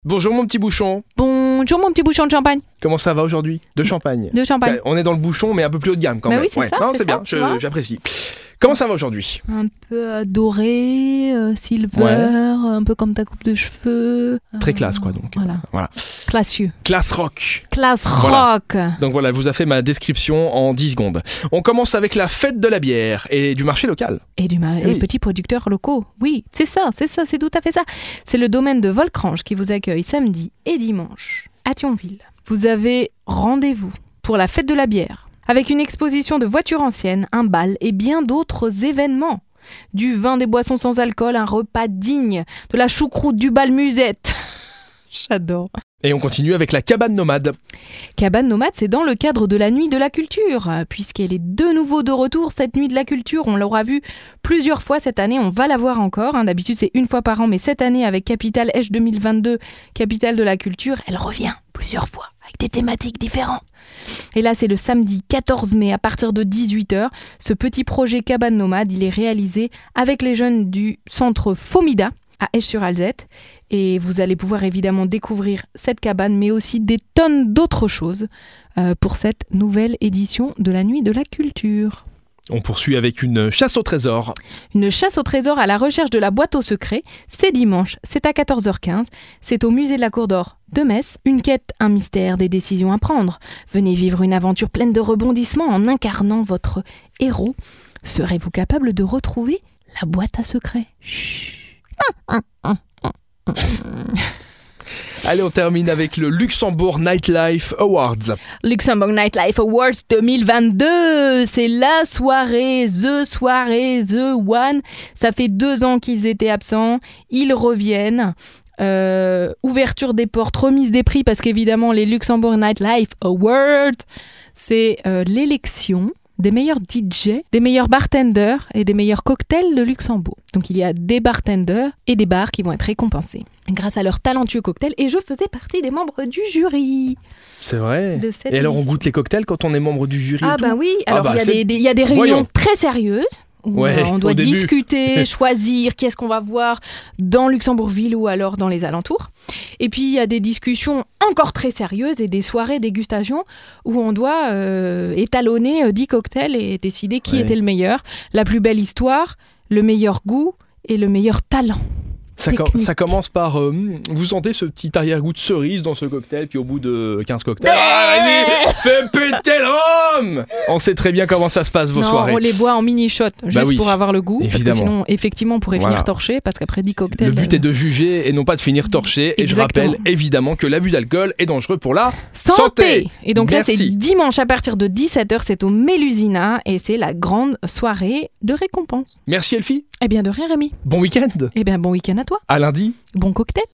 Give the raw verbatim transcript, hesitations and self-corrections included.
Bonjour mon petit bouchon. Bonjour mon petit bouchon de champagne. Comment ça va aujourd'hui? De champagne. De champagne. On est dans le bouchon mais un peu plus haut de gamme quand bah même. Oui, c'est ouais. ça. Non, c'est, c'est ça, bien, je, j'apprécie. Comment ça va aujourd'hui? Un peu euh, doré, euh, silver, Ouais. un peu comme ta coupe de cheveux. Très Euh, classe quoi donc. Voilà. Voilà. Classieux. Classe rock. Classe Voilà. rock. Donc voilà, je vous a fait ma description en dix secondes. On commence avec la fête de la bière et du marché local. Et du ma- Oui. et petits producteurs locaux. Oui, c'est ça, c'est ça, c'est tout à fait ça. C'est le domaine de Volcrange qui vous accueille samedi et dimanche à Thionville. Vous avez rendez-vous pour la fête de la bière, avec une exposition de voitures anciennes, un bal et bien d'autres événements. Du vin, des boissons sans alcool, un repas digne, de la choucroute, du bal musette. J'adore. Et on continue avec la cabane nomade. Cabane Nomade, c'est dans le cadre de la Nuit de la Culture, puisqu'elle est de nouveau de retour, cette Nuit de la Culture. On l'aura vue plusieurs fois cette année, on va la voir encore. Hein. D'habitude, c'est une fois par an, mais cette année, avec Capital Esch deux mille vingt-deux, Capitale de la Culture, elle revient plusieurs fois, avec des thématiques différentes. Et là, c'est le samedi quatorze mai, à partir de dix-huit heures. Ce petit projet Cabane Nomade, il est réalisé avec les jeunes du centre Fomida, à Esch-sur-Alzette. Et vous allez pouvoir évidemment découvrir cette cabane, mais aussi des tonnes d'autres choses euh, pour cette nouvelle édition de la Nuit de la Culture. On poursuit avec une chasse au trésor. Une chasse au trésor à la recherche de la boîte au secret, c'est dimanche, c'est à quatorze heures quinze, c'est au musée de la Cour d'Or de Metz. Une quête, un mystère, des décisions à prendre. Venez vivre une aventure pleine de rebondissements en incarnant votre héros. Serez-vous capable de retrouver la boîte à secret? Chut. Allez, on termine avec le Luxembourg Nightlife Awards. Luxembourg Nightlife Awards deux mille vingt-deux, c'est la soirée, the soirée, the one. Ça fait deux ans qu'ils étaient absents, ils reviennent. Euh, ouverture des portes, remise des prix, parce qu'évidemment les Luxembourg Nightlife Awards, c'est euh, l'élection des meilleurs D J, des meilleurs bartenders et des meilleurs cocktails de Luxembourg. Donc il y a des bartenders et des bars qui vont être récompensés grâce à leurs talentueux cocktails, et je faisais partie des membres du jury. C'est vrai. De cette Et alors on édition. goûte les cocktails quand on est membre du jury Ah et tout? bah oui, alors il bah, y a c'est- des, des- il y a des réunions Voyons. très sérieuses où Ouais, euh, on doit au début. discuter, choisir qui est-ce qu'on va voir dans Luxembourgville ou alors dans les alentours. Et puis il y a des discussions encore très sérieuses et des soirées dégustation où on doit euh, étalonner euh, dix cocktails et décider qui Ouais. était le meilleur, la plus belle histoire, le meilleur goût et le meilleur talent. Ça, com- Technique. ça commence par... euh, vous sentez ce petit arrière-goût de cerise dans ce cocktail, puis au bout de quinze cocktails... Ah, vas-y, fais péter le rhum! On sait très bien comment ça se passe, vos non, soirées. on les boit en mini-shot, juste oui, pour avoir le goût. Parce évidemment. que sinon, effectivement, on pourrait Voilà. finir torché, parce qu'après dix cocktails... Le but euh, est de juger et non pas de finir torché. Et je Exactement. rappelle évidemment que l'abus d'alcool est dangereux pour la Santé, santé. Et donc là, Merci. c'est dimanche à partir de dix-sept heures, c'est au Mélusina et c'est la grande soirée de récompense. Merci Elfie. Eh bien, de rien, Rémi. Bon week-end. Eh bien, bon week-end à toi. À lundi. Bon cocktail.